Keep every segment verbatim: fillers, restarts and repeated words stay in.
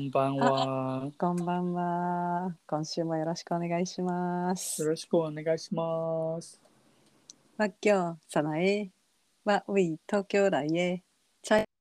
んばんは。 こんばんは。今週もよろしくお願いしまよす。 ろしくお願いします。 わっきょさなえ。わうい東京来へ。チャイ。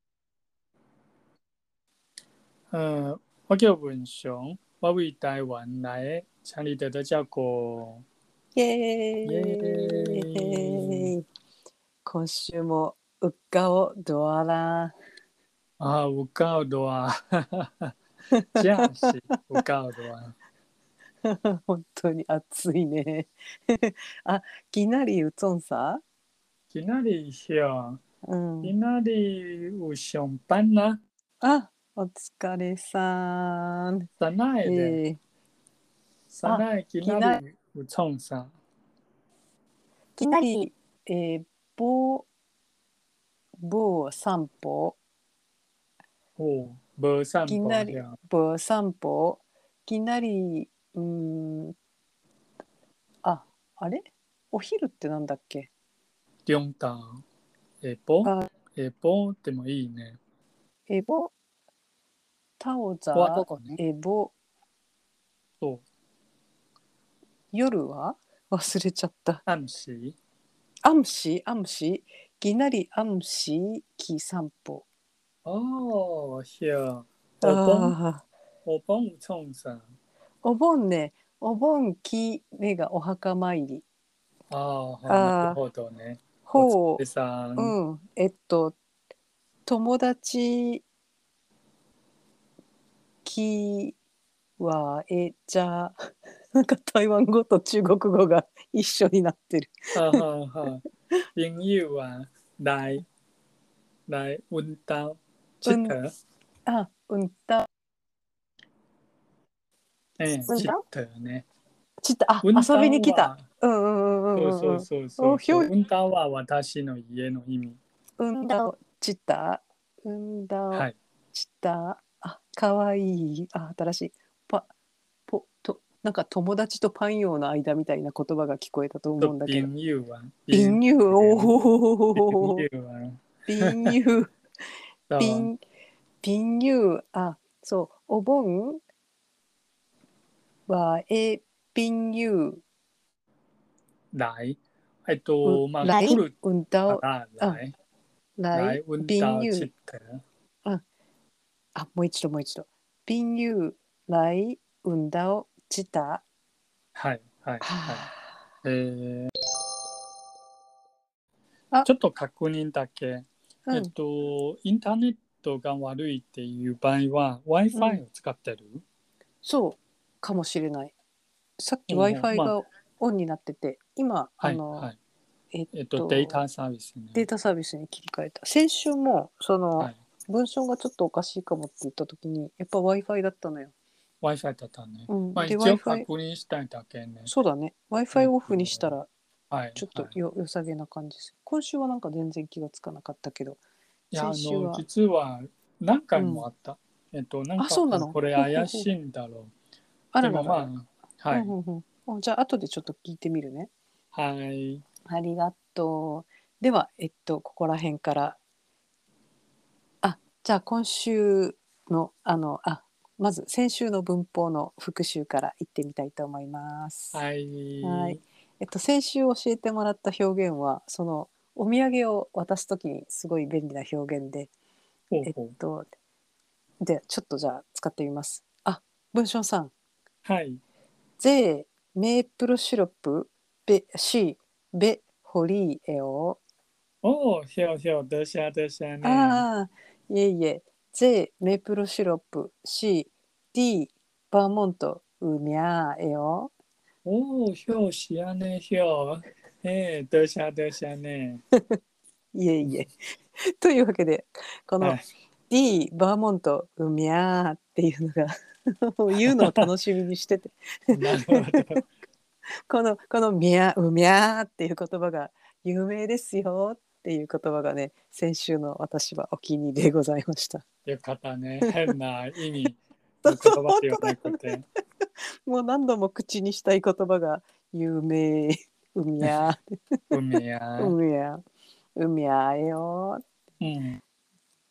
嗯，我叫文雄，我为台湾来的，请你多多照顾。 イ耶！ エーイ。今週もうっかおドアラ。 啊，有够大，真是有够大。 本当に暑いね。あ、きなりうつんさ。 今仔日よ、 うん。 今仔日有上班な。 あ、お疲れさん。 さないで、 えー、あ、 さない今きな、 仔日有創さ。 きなり、えー、ぼ、ぼ散歩。 おう、無散きなり、 歩よ。 ぼ散歩。きなり、うーん、あ、あれお昼ってなんだっけ？ 中昼、下晡、 あ、 下晡でもいいね。 えぼ、タオは午ザ、 後ね。 えぼ、 そう、 夜は忘れちゃった。 暗時。 アムシ、アムシ、きなりアムシ、き散歩。 哦，是お盆、 ああ、 お盆有創さ。 お盆ね、お盆き、目がお墓参り。 ああ、なるああ、 ほどね。お疲ほれさう、 ん。 うん、えっと、友達きは、え、じゃあ、なんか台湾語と中国語が一緒になってる。 ははは。朋友は来、来運動、 うん、 ちた、 あ、うんた、 ええ、ちうんた、 たね。 ちった、あ、 運遊びに来た。 動は、 うんうんうんそううんうん。 そうそうそお、 うそう。 ひょい、 運動は私の家の意味。 うんだ、ちった、うんだ、 はい。 ちった、あ、かわいい。あ、新しい。パ、ポ、と、なんか友達とパン用の間みたいな言葉が聞こえたと思と、 うんだけど。 朋友は、 貧乳、 朋おお、 友は、 貧乳、 そう、 貧、貧乳、あ、そう、お盆は、え、貧乳、 来。えっう、 と、まあ、来来、 る運動、 からあ、 来。来来、 運動ちっ貧乳、 た。 あ、あ、もう一度もう一度。貧乳、来、運動、ちた。 はい、はい、はい。 はえー、 あ、あ、 ちょっと確認だけ。えっうん、 と、インターネットが悪いっていう場合は、 うん、 Wi-Fi を使ってる？ そうかもしれない。さっきほうほう。 Wi-Fi まあ、 がオンになってて、今、あはい、 の、 はい。 えっえっと、デーと、 タサービスね。 データサービスに切り替えた。先週も、その、 はい。 文章がちょっとおかしいかもって言った時に、やっぱ Wi-Fi だったのよ。 Wi-Fi だったね。 うん。 まあ、 で、 一応 Wi-Fi、 確認したいだけね。 そうだね。 え Wi-Fi っオフにしたと、 ら、 はい、 ちょっとはい。 よ良さげな感じです。今週はなんか全然気がつかなかったけど、 いや、 先あの、 週は、 実は何回もうん。 あった。えっと、なんあ、 か、あ、 そうなの？ これほうほうほう。 怪しいんだろう。 あでもまらららら。 あ、はい。 うんうんうん。じゃあ、後でちょっと聞いてみるね。 はい。 ありがとう。では、えっと、ここら辺から、あ、じゃあ今週の、あの、あ、まず先週の文法の復習からいってみたいと思います。 ははい。 い。 えっと、先週教えてもらった表現は、その、お土産を渡すときにすごい便利な表現で、えっほうほう。 と、で、ちょっとじゃあ使ってみます。あ、文章さん。 はい。 ゼメープルシロップ、ベ、シ、ベ、ホリーエオ。 おー、ひょうひょう、どしゃどしゃね。 ああ、いえいえ。ゼメープルシロップ、シ、ディ、バーモント、うみゃーえよ。 おー、ひょうしやね、ひょう。えー、どしゃどしゃね。 いえいえ。というわけで、このはい。 D、バーモント、うみゃーっていうのが言うのを楽しみにしててなるほど。 この、このみゃー、うみゃーっていう言葉が有名ですよっていう言葉がね、先週の私はお気に入りでございました。 よかったね。変な意味そうそう、 の言葉本では当だよね。 なくて。 もう何度も口にしたい言葉が有名、うみゃ海ー、うや。 みゃー、うみゃーよ。 うん。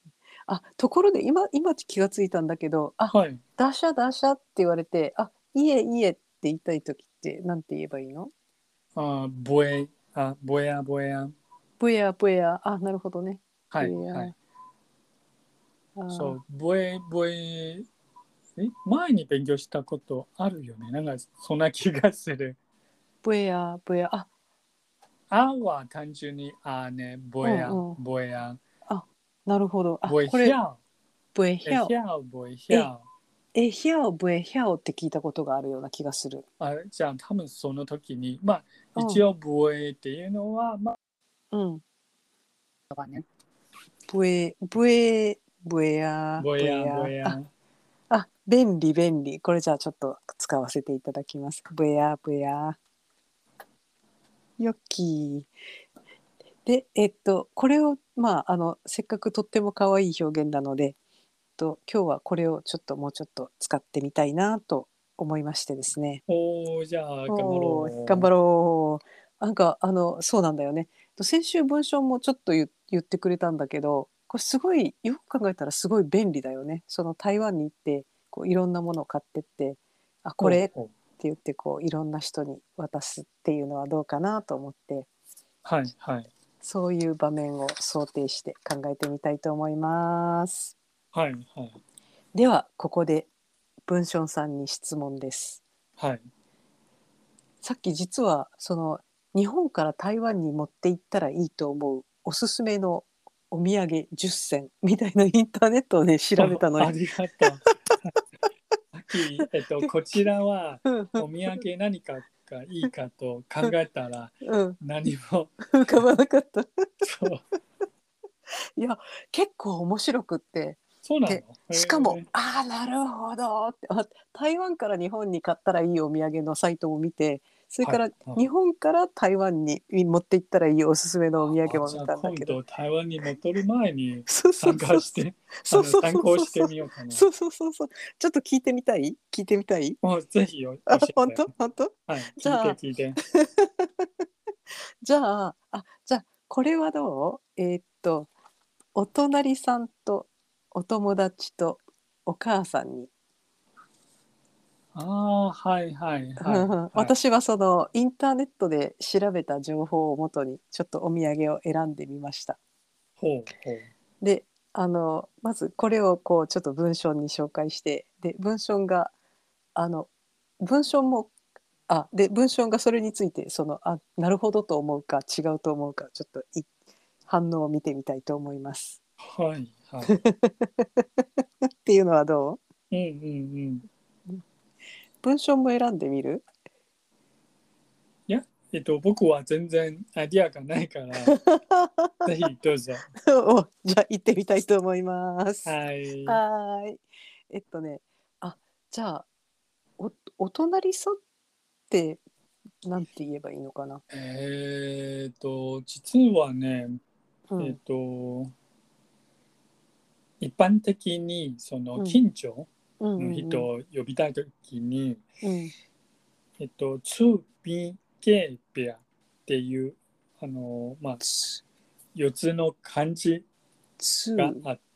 あ、ところで今今気がついたんだけど、あ、 はい。 ダシャダシャって言われて、あ、いえいえって言いたい時ってなんて言えばいいの？ あ、ぼえ、あ、ぼやぼや。 ブエアブエア、あ、なるほどね。 はい、 ブエア、 はい。そあ、 う、ぼえぼえ、え、前に勉強したことあるよね。なんか、そんな気がする。 ブエアブエア、あ、 あは単純にあね、ぼや、 うんうん、 ぼや、 あ、なるほど。あ、 ぼえこれひゃう、 ブエヒえャオ、 ひゃう、ぼえひえ、 ゃう。 えヒャオブエヒャオって聞いたことがあるような気がする。 あ、じゃあ、多分その時に、まあ、 うん、 一応、ぼえっていうのは、まうん。 あ、ね、 ブエブエブエアブぼや、 エア、あ、 ぼや。 あ、便利便利。これじゃあちょっと使わせていただきます。ブエアブエア。よき。で、えっと、これを、まあ、あの、せっかくとっても可愛い表現なので、えっと、今日はこれをちょっともうちょっと使ってみたいなと思いましてですね。 おー、じゃあ、頑張おー、頑張ろろう。なんか、あの、そうなんだよね。と先週文章もちょっと言言ってくれたんだけど、これすごい、よく考えたらすごい便利だよね。その台湾に行って、こういろんなものを買ってって、あ、 う。 これっておうおう、 言って、こういろんな人に渡すっていうのはどうかなと思って、 はい、はい。 そういう場面を想定して考えてみたいと思います。 はい、はい。 では、ここで文章さんに質問です。 はい。 さっき実はその日本から台湾に持って行ったらいいと思うおすすめのお土産じゅっせんみたいなインターネットをね調べたのよ。 ありがとう。さっき、えっと、こちらはうんうんお土産何かがいいかと考えたらうん、 何も、 浮かばなかった。 そう、 いや結構面白くって、でそうなの。へしかもえ。 ああなるほどって、あ、台湾から日本に買ったらいいお土産のサイトも見て、それはい、 からはい。 日本から台湾に持って行ったらいいおすすめのお土産あ、 も見じゃあたんだけど、 今度台湾に戻る前にそうそ参うそうそう。 加して、あの、 そうそう参考してそうそうそう。 みようかな。 そうそうそうそう。ちょっと聞いてみたい聞いてみたい。 もうぜひよあ、 教え本て。 当本当。 はい、聞いじゃあ、 て聞いて。 じゃあ、あ、じゃあ、これはどう？えーっと、お隣さんとお友達とお母さんに。 ああ、はいはいはいはい。 私はそのインターネットで調べた情報をもとにちょっとお土産を選んでみました。 ほうほう。 で、あのまずこれをこうちょっと文章に紹介して、で文章があの文章もあで文章がそれについてそのあなるほどと思うか違うと思うかちょっとい反応を見てみたいと思います。 はいはい。 っていうのはどうんうんうん。 う？文章も選んでみる？ いや、えっと、僕は全然アイディアがないから、ぜひどうぞ。 おじゃあ行ってみたいと思います。 はい。 はーい。えっとね、あ、じゃあおお隣さんってなんて言えばいいのかな。 えっと、実はね、えっうん、 と、一般的にそのうん、 近所うんのうんうん人を呼びたいときに、 うん。 えっと、ツビゲーベアっていう、あの、まあ、 つ、 よっつの漢字がつ、 あって、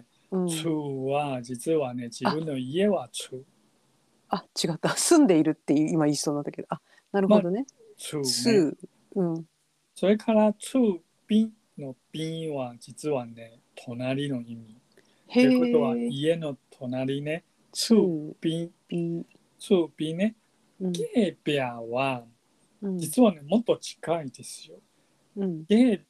ツうん。 は実はね、自あ、 分の家はツ。 あ、違った。住んでいるっていう今言いそうなんだけど、あ、なるまあ、 ほどね。 ツね。 つ、うん。 それからツビのビは実はね、隣の意味。 へということは、 え、 家の隣ね、ツつ、 ビ、 び、 ツビね。 うん、 ゲーベアは、 うん、 実はね、もっと近いですよ。 うん。 ゲー、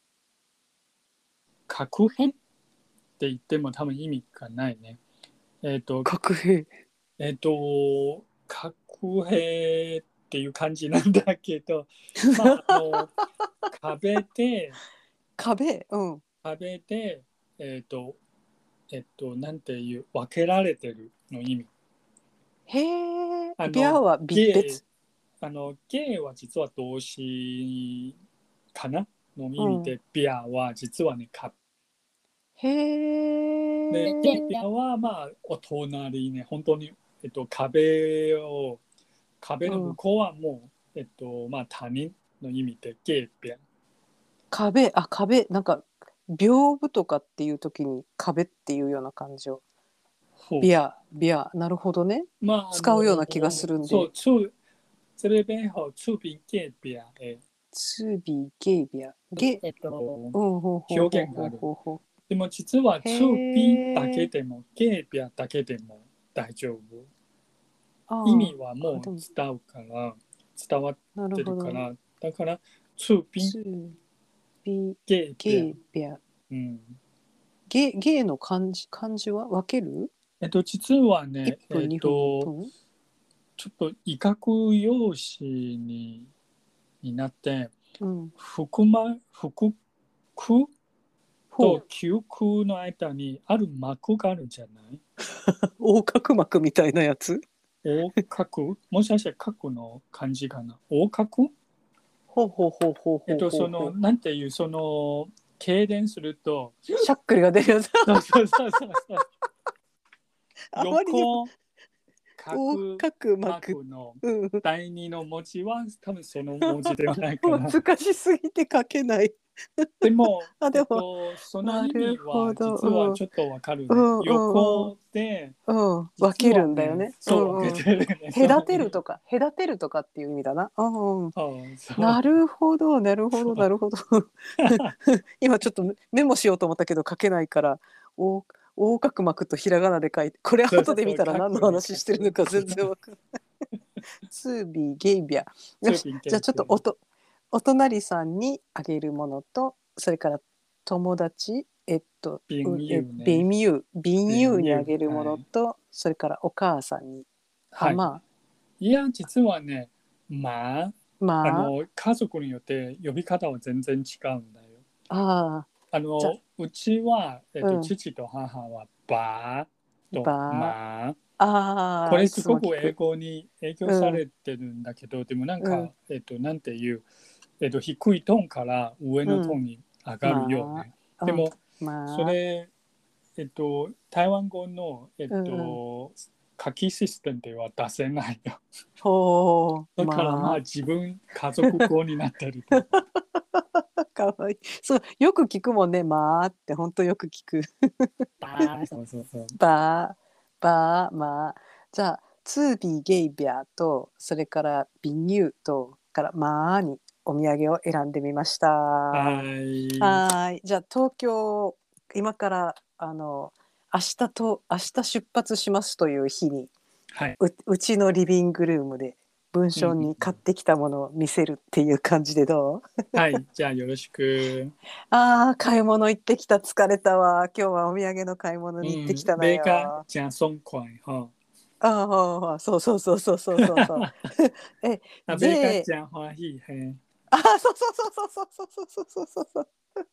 核変って言っても多分意味がないね。えっと、 国兵。 えっと、核兵っていう感じなんだけど、まあ、あの、壁で、 壁、うん。 壁で、えっと、えっと、なんていう、分けられてるの意味。 へえ、 あの、 ビアは別ゲ別。 ー、あの、ゲーは実は動詞かなの意うん。 味で、ビアは実はね、壁。 へで、ゲーえ、 ビアはまあ、お隣ね、本当に、えっと、壁を、壁うん。 の向こうはもう、えっと、まあ、他人の意味で、ゲービア。 壁、あ、壁、なんか屏風とかっていう時に壁っていうような感じを。 ほう。 ビア、ビア、なるほどね。 まあ、あ使うようなの、 気がするんで。 そう、触这边吼触屏ゲビア、えツービーゲイビア。ゲ、 えっと、 うん、ほうほうほうほう表現がある。 ほうほでも実はう。 触屏だへえ。 けでも、ゲビアだけでも大丈夫。意ああ、あ、 味はもうでも、 伝うから、伝わっなるてほど。 るから、だから、触屏ツービーゲビア。 ゲイビア。 うん。 ゲ、ゲイの漢字、漢字は分ける？ えっと、実は一ね、え分、 っ二分、三と、 分。 ちょっと威嚇用紙にになって、 うん。 腹ま、腹腔ほう。 と球腔の間にある膜があるじゃない？ 横隔膜みたいなやつ。 横隔もしかして角の漢字かな？横隔？ ほうほうほうほうほうえっと、その、 ほうほう。 なんていう、その、痙攣すると、 しゃっくりが出るやつ。 そうそうそうそうそう、 あまりにも横横角隔膜。 膜のうん。 第二の文字は多分その文字ではないかな。 難しすぎて書けない。 でも、 あ、 えっでも、 と、その意なる味はほど。 実はうん。 ちょっとわかるね。 うんうんうん。 横で、 うん。分実けるはね、 んだよね。うそう分んうん。 けてるね。そう隔てるとか、隔てるとかっていう意味だな。うんうん。 そうそうなるほど、なるほど、 そう。 なるほど。今ちょっとメモしようと思ったけど書けないから、横横隔膜とひらがなで書いて、これそうそう、 後で見たら何の角ね、 話してるのか全然わかんない。ツービーゲイビア。よし、 ツーピンじゃあちょっケーキ。 とおとお隣さんにあげるものと、それから友達、えっと、 ビンうえユーね。 ビンユー、ビンビユーにあンユー。 げるもはい。 のと、それからお母さんに、あ、 はい。 まいや、実はね、まあ、 あ、まあ、 あの、家族によって呼び方は全然違うんだよ。 ああ、 あじゃの、うちは、えっと、 うん、 父と母はばとばま。 あ、ああ、いこれすごく英つも聞く。 語に影響うん、 されてるんだけど、でもなんうん、 か、えっと、なんていう、えっと、低いトーンから上のトーうん、 ンに上がるよまね。 あ、うん、 でも、そまあ、 れ、えっと、台湾語の、えっうんうん。 と、書きシステムでは出せないよ。 ほう、 だからまあま自分、家族語になってると。 あ、かわいい。そう、よく聞くもんね、まあって本当よく聞く。 バーそうそうそう。 ばあ、ばあ、まあ。じゃあ、ツービーゲイビャーと、それからビニューと、からまあにお土産を選んでみました。ははい。 ーい。じゃあ、東京、今から、あの、明日と、明日出発しますという日に、 はい。 う、うちのリビングルームで文うんうんう章に買っん、 てきたものを見せるっていう感じでどう？ はい。じゃあよろしく。 ああ、買い物行ってきた。疲れたわ。今日はお土産の買い物に行ってきうん。 たの米がよ。 じゃ松快哈。 ああ、そうそうそうそうそうそうそう。え、 あ、米がで、 じゃ欢喜へ。 ああ、そうそうそうそうそうそうそうそうそうそう。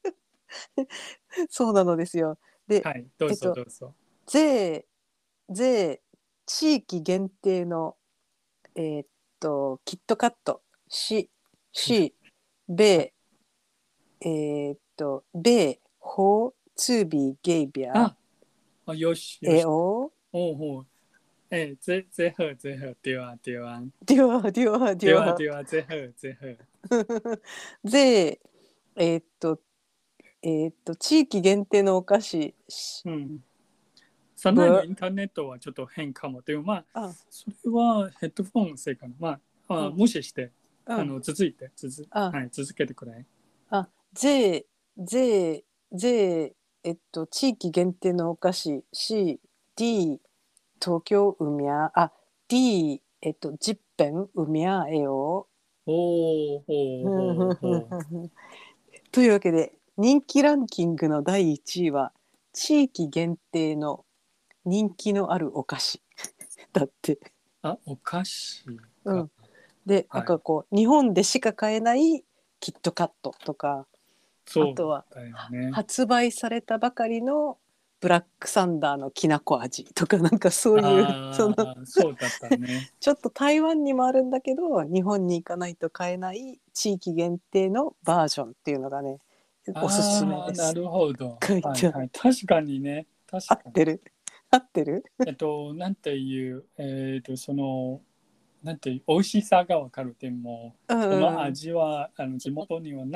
そうなのですよ。で、 はい。どうえっと、 ぞどうぞ。 税、税、地域限定の、えーっと、キットカット、し、し、米、えーっと、米、ホー、ツービー、ゲイビア、 あ、あよしよし。 エオ、 おうほう。え、ぜ、ぜほぜほ。对啊对啊。 デュア、デュア、デ对ュア。 啊对啊。ぜほぜほ。 で、えーっと、えーっと、地域限定のお菓子、しうん。社内のぶ、 インターネットはちょっと変かも。でもまあ、 あ、 それはヘッドフォンのせいかな。まあ、あうん、 無視して、 うん、 あの、続いて、続、 あ、 はい、続けてくれ。 あ、税、税、税、えっと、地域限定のお菓子、C、D、東京海や、あ、D、えっと、ジッペン海やえよ。 おー、ほうほうほう。 というわけで、人気ランキングのだいいちいは、地域限定の人気のあるお菓子だって。 あ、お菓子か。 うん。で、なんはい。 かこう、日本でしか買えないキットカットとか、あそうとはだよね。 発売されたばかりのブラックサンダーのきなこ味とか、なんかそういうそのああ、そうだったね。 ちょっと台湾にもあるんだけど日本に行かないと買えない地域限定のバージョンっていうのがね、おすすめああ、 です。 なるほど。 書いてある。 はいはい。確かにね。確かに。 合ってる？合ってる？ えっと、なんていう、えっと、その、なんていう、美味しさがわかる。でも、 うそのんうん。 味は、あの、地元にはない。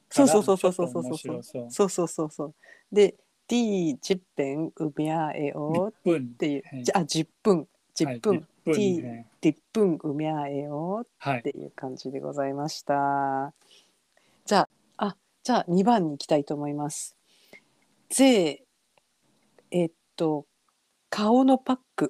そうそうからそうそうそうちょっと面そうそうそう白そう。 そうそうそうそうで D じゅっぷんうみゃえよっ分。 ていうはい。 じゃあじゅっぷん10 はい。1 分分。 D はい。 じゅっぷんうみゃえよっはい。 ていう感じでございました。じゃああじゃあにばんに行きたいと思います。ぜえっと顔のパック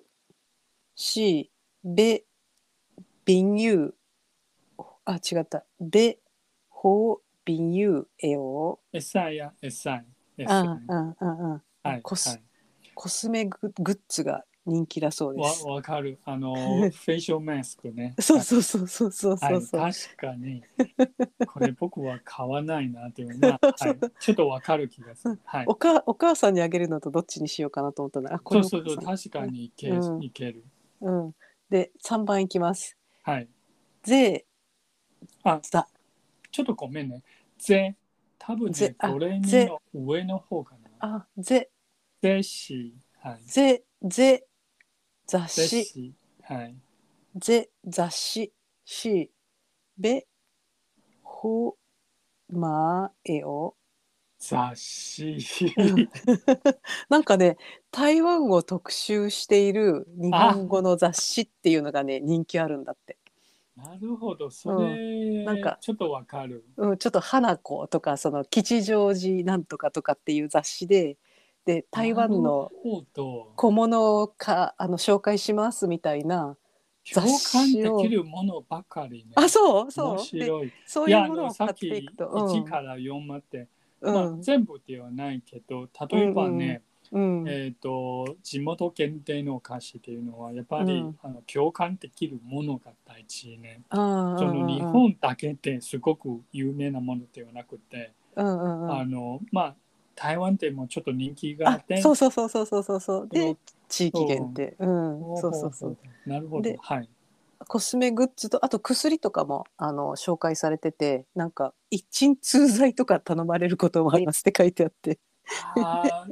C べ瓶乳あ違ったべほ瓶乳えよエサイや、エサイ。エサイ。 うんうんうんうんはい。 コスはい。 コスメググッズが人気だそうでわ、 す。 わかる。あの、フェイシャルマスクね。 そうはい。 そうそうそうそうはい。 そうそう。 確かに、これ僕は買わないなっていう。まあ、はい。ちょっとわかる気がする。はい。 おかお母さんにあげるのとどっちにしようかなと思ったらあこそうそうそう。 れお母さん。 確かにいけ、 うんいける。 うん。でさんばんいきます。 はい。 ぜあ、 ざちょっとごめんね。ぜ、多分ね、 ぜあドレミぜの上の方かな。 あぜぜし、はい。 ぜぜ雑誌ぜし、はい。 ぜ雑誌しべほまえお雑誌。 うんなんかね台湾を特集している日あ、 本語の雑誌っていうのがね人気あるんだって。 なるほど。そうん、なんれ、 か、 ちょっとわかる。 うん、ちょっと花子とかその吉祥寺なんとかとかっていう雑誌でで台なる湾のほど。 小物かあの紹介しますみたいな雑共感でき誌をるものばかりあね。 そう面そうで白い。 そういういや、あの、 ものを買っさっきていくといちからよんまで、まあ、 うんうん全部ではないけど、例えうんうんばね、 うんえっと、地元限定のお菓子っていうのは、やっぱり、 うんあの、共感できるものが大事ね。 うんうその日んうんうん本だけですごく有名なものではなくて、 うんうんうんあの、まあ、台湾でもちょっと人気があっあて、 そうそうそうそうそうそうそうでその、 地域限うん、 定うんほうそうそうそうほうほうほう、なるほど、 ではい。 コスメグッズとあと薬とかもあの紹介されててなんか一鎮痛剤とか頼まれることもありますって書いてあってあ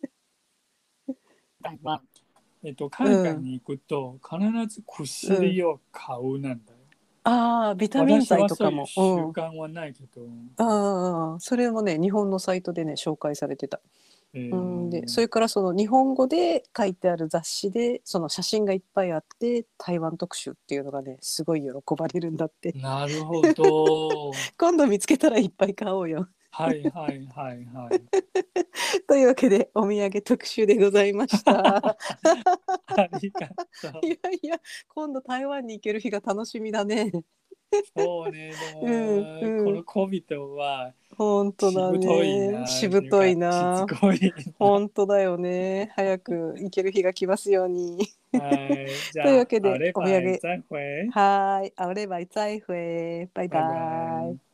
あ、えっと、 う海外んに行くと必ずうん薬を買うなんだよ。 ああビタミン私はそういう剤とかもうん習慣はないけど、 ああそれもね日本のサイトでね紹介されてたえうんでー、 それからその日本語で書いてある雑誌でその写真がいっぱいあって台湾特集っていうのがねすごい喜ばれるんだってなるほど。 今度見つけたらいっぱい買おうよはいはいはいはい。 というわけでお土産特集でございましたありがといやう。 いや今度台湾に行ける日が楽しみだねそうね、でうんも、こうんのコビトは本当だしぶといねな、 しぶといっていうか、しつなこいな。 本当だよね早く行ける日が来ますようにはい、じというゃあ、 わけであれお土産ば再会。 はーいあれば再会バイバイババイイ。